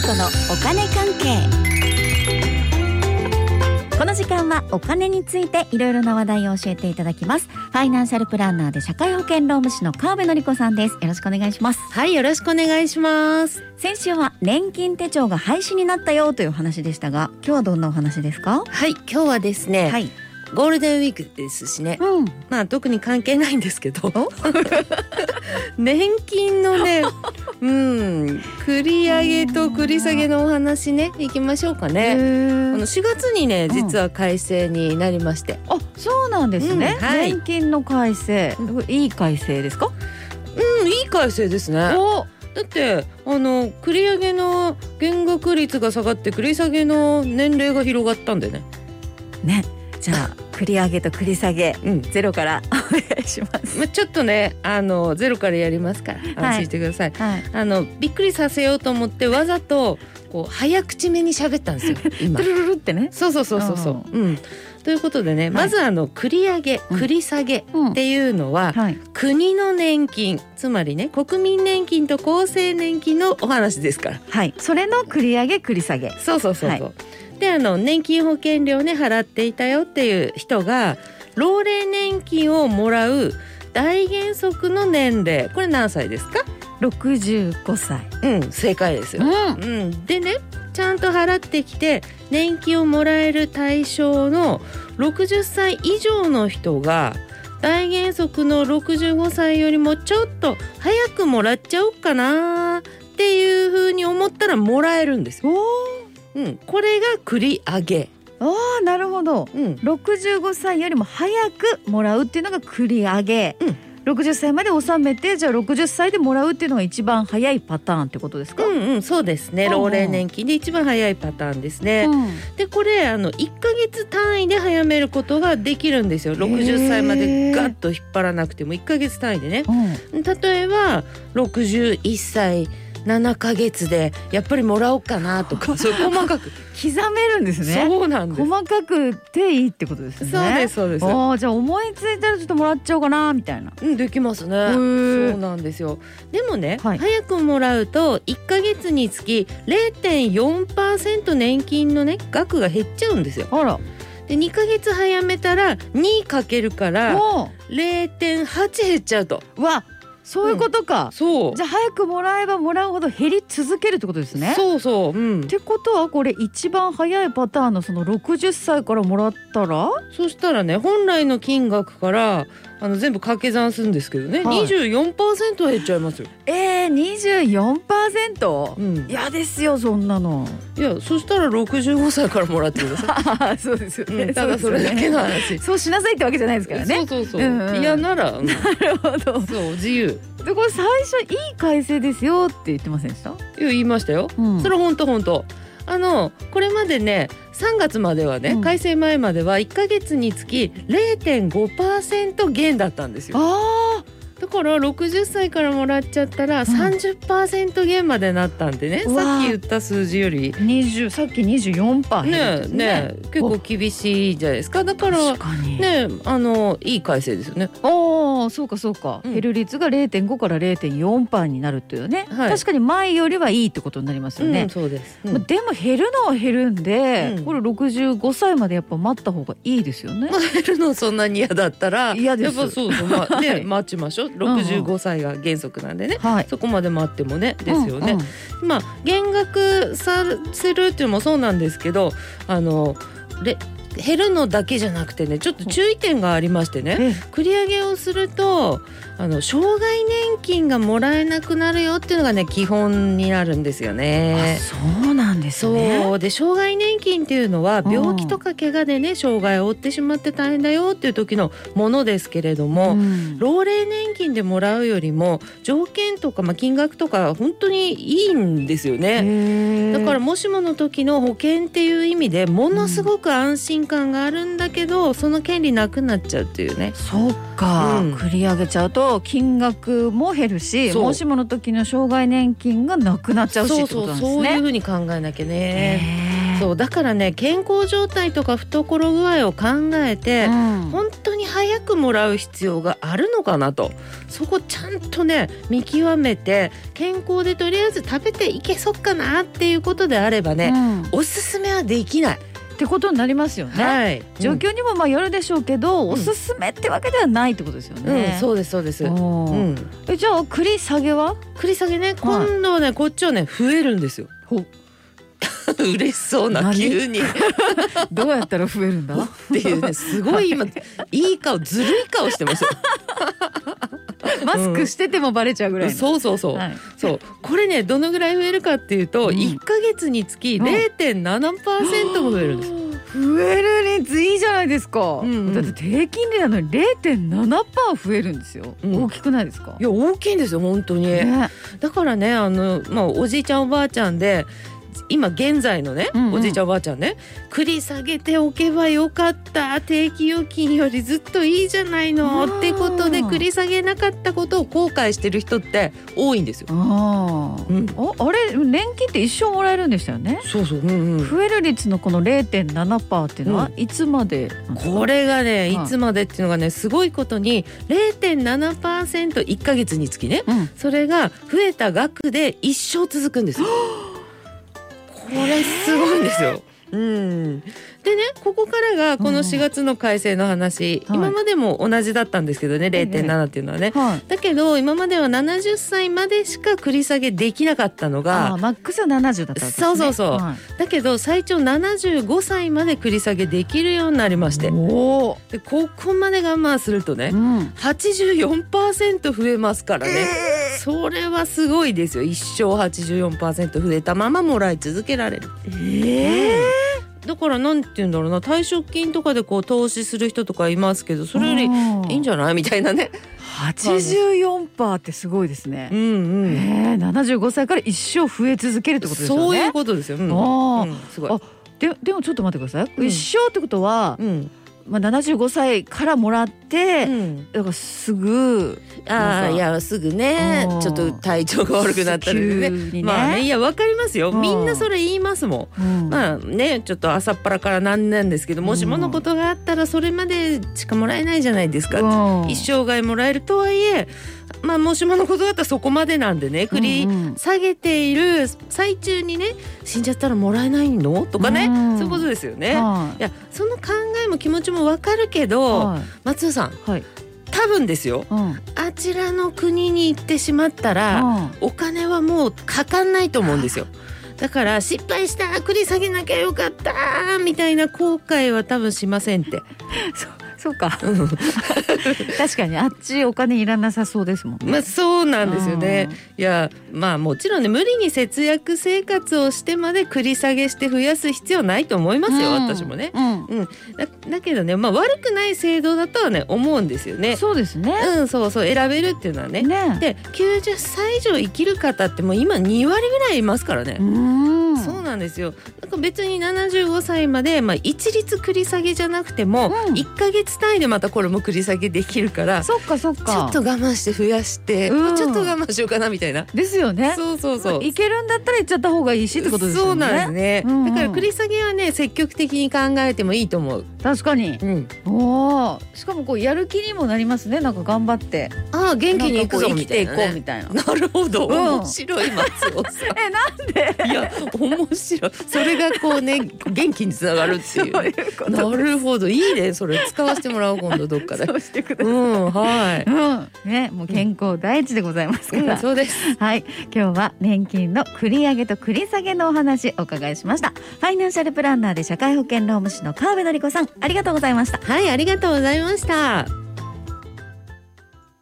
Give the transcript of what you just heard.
子のお金関係。この時間はお金についていろいろな話題を教えていただきます。ファイナンシャルプランナーで社会保険労務士の川辺典子さんです。よろしくお願いします。 はい、よろしくお願いします。 先週は年金手帳が廃止になったよという話でしたが、今日はどんなお話ですか？ はい、今日はですね、 はい、 ゴールデンウィークですしね、まあ特に関係ないんですけど年金のね繰り上げと繰り下げのお話ね、いきましょうかね。4月にね、実は改正になりまして、 あ、そうなんですね、 はい、 年金の改正、いい改正ですか？ いい改正ですね。だって繰り上げの減額率が下がって繰り下げの年齢が広がったんでね。 じゃあ繰り上げと繰り下げ、ゼロからお願いします。 ちょっとねゼロからやりますから安心してください、びっくりさせようと思ってわざとこう早口めに喋ったんですよ今。 トゥルルルってね。 そう、ということでね、まず繰り上げ、繰り下げっていうのは、国の年金、つまりね国民年金と厚生年金のお話ですから。 はい、それの繰り上げ繰り下げ。 そう、で年金保険料ね払っていたよっていう人が老齢年金をもらう大原則の年齢、これ何歳ですか ？65歳。 正解ですよ、でね、ちゃんと払ってきて年金をもらえる対象の60歳以上の人が大原則の65歳よりもちょっと早くもらっちゃおうかなっていう風に思ったらもらえるんですよ。これが繰り上げ。 なるほど、65歳よりも早くもらうっていうのが繰り上げ、60歳まで納めて、じゃあ60歳でもらうっていうのが一番早いパターンってことですか？ そうですね、老齢年金で一番早いパターンですね、でこれ1ヶ月単位で早めることができるんですよ。60歳までガッと引っ張らなくても1ヶ月単位でね、例えば61歳7ヶ月でやっぱりもらおうかなとかそういう細かく刻めるんですね。 そうなんです。 細かくていいってことですね。 そうです。 じゃあ思いついたらちょっともらっちゃおうかなみたいな。 できますね。そうなんですよ。でもね、早くもらうと1ヶ月につき 0.4% 年金のね額が減っちゃうんですよ。で2ヶ月早めたら2かけるから 0.8 減っちゃうと。 そういうことか、じゃあ早くもらえばもらうほど減り続けるってことですね。ってことはこれ一番早いパターンのその60歳からもらったら、 そしたらね本来の金額から全部掛け算するんですけどね、24% 減っちゃいますよ。 24%？嫌ですよそんなの。 いや、そしたら65歳からもらってくださいそうですよね、 ただそれだけの話。 そうしなさいってわけじゃないですからね。 嫌ならなるほど、 そう自由で、これ最初いい改正ですよって言ってませんでした？ 言いましたよ、それ本当これまでね3月まではね、改正前までは1ヶ月につき 0.5% 減だったんですよ。だから60歳からもらっちゃったら 30% 減までなったんでね、さっき言った数字よりさっき 24% ね結構厳しいじゃないですか。だからねいい改正ですよね。 そうか、減る率が 0.5 から 0.4% になるっていうね、確かに前よりはいいってことになりますよね。 そうです、 でも減るのは減るんで、これ65歳までやっぱ待った方がいいですよね。 減るのそんなに嫌だったら嫌です。 やっぱ待ちましょう。65歳が原則なんでね、そこまで待ってもねですよね。減額させるっていうのもそうなんですけど、減るのだけじゃなくてね、ちょっと注意点がありましてね、繰り上げをすると障害年金がもらえなくなるよっていうのがね基本になるんですよね。 そうなんですね。 そうで、障害年金っていうのは病気とか怪我でね障害を負ってしまって大変だよっていう時のものですけれども、老齢年金でもらうよりも条件とか、金額とか本当にいいんですよね。だからもしもの時の保険っていう意味でものすごく安心感があるんだけど、その権利なくなっちゃうっていうね。 そっか、繰り上げちゃうと金額も減るし、もしもの時の障害年金がなくなっちゃうしってことなんですね。 そういうふうに考えなきゃね。 そうだからね、健康状態とか懐具合を考えて、本当に早くもらう必要があるのかなと、そこちゃんとね見極めて、健康でとりあえず食べていけそっかなっていうことであればね、おすすめはできないってことになりますよね、はい、状況にもまあよるでしょうけど、おすすめってわけではないってことですよね、 そうですそうです、じゃあ栗下げは？ 栗下げね、今度はねこっちはね増えるんですよ。嬉しそうな、急にどうやったら増えるんだっていうね、すごい今いい顔、ずるい顔してますよマスクしててもバレちゃうぐらいの、 そうそうそう、そうこれねどのぐらい増えるかっていうと、1ヶ月につき 0.7% も増えるんです。 増える率いいじゃないですか、だって低金利なのに 0.7% 増えるんですよ、大きくないですか？ いや大きいんですよ本当に、だからねおじいちゃんおばあちゃんで今現在のね、おじいちゃんおばあちゃんね、繰り下げておけばよかった、定期預金よりずっといいじゃないのってことで繰り下げなかったことを後悔してる人って多いんですよ。あれ年金って一生もらえるんでしたよね。 そうそう、 増える率のこの 0.7% っていうのはいつまで、 これがねいつまでっていうのがね、すごいことに 0.7% 1ヶ月につきね、それが増えた額で一生続くんですよこれすごいんですよ。でね、ここからがこの4月の改正の話、今までも同じだったんですけどね、 0.7 っていうのはね、だけど今までは70歳までしか繰り下げできなかったのが、 マックスは70だったんですね。 そうそうそう、だけど最長75歳まで繰り下げできるようになりまして、でここまで我慢するとね、84% 増えますからね、それはすごいですよ。一生 84% 増えたままもらい続けられる。だからなんて言うんだろうな、退職金とかでこう投資する人とかいますけど、それよりいいんじゃないみたいなね。 84% ってすごいですね。75歳から一生増え続けるってことですよね。 そういうことですよ。すごい。 でもちょっと待ってください。一生ってことは、75歳からもらって、だからすぐいやすぐね、ちょっと体調が悪くなったりね、いやわかりますよ、みんなそれ言いますもん、まあね、ちょっと朝っぱらからなんなんですけど、もしものことがあったらそれまでしかもらえないじゃないですか、一生涯もらえるとはいえ、もしものことだったらそこまでなんでね、繰り下げている最中にね、死んじゃったらもらえないのとかね、そういうことですよね。いやその考えも気持ちもわかるけど、松尾さん、多分ですよ、あちらの国に行ってしまったら、お金はもうかかんないと思うんですよ。だから失敗した、繰り下げなきゃよかったみたいな後悔は多分しませんってそうか確かにあっちお金いらなさそうですもんね。 そうなんですよね。いやもちろんね、無理に節約生活をしてまで繰り下げして増やす必要ないと思いますよ、私もね、だけどね、悪くない制度だとはね思うんですよね。 そうですね、 そう選べるっていうのはね。で90歳以上生きる方ってもう今2割ぐらいいますからね。そうなんですよ。なんか別に75歳まで、一律繰り下げじゃなくても、1ヶ月単位でまたこれも繰り下げできるから、そっかちょっと我慢して増やして、ちょっと我慢しようかなみたいな。 ですよね。そういけるんだったらいっちゃった方がいいしってことですよね。そうなんですね、だから繰り下げはね積極的に考えてもいいと思う。確かに、しかもこうやる気にもなりますね。なんか頑張って元気にいくぞみたいな、 生きていこうみたいな。 なるほど、面白い松尾さんなんで？ いや面白い、それがこうね元気につながるっていう、なるほど、いいね、それ使わせてもらおう今度どっかで。 そうしてください。ね、もう健康第一でございますから。 そうです。 はい、今日は年金の繰り上げと繰り下げのお話お伺いしました。ファイナンシャルプランナーで社会保険労務士の川辺典子さん、ありがとうございました。 はい、ありがとうございました。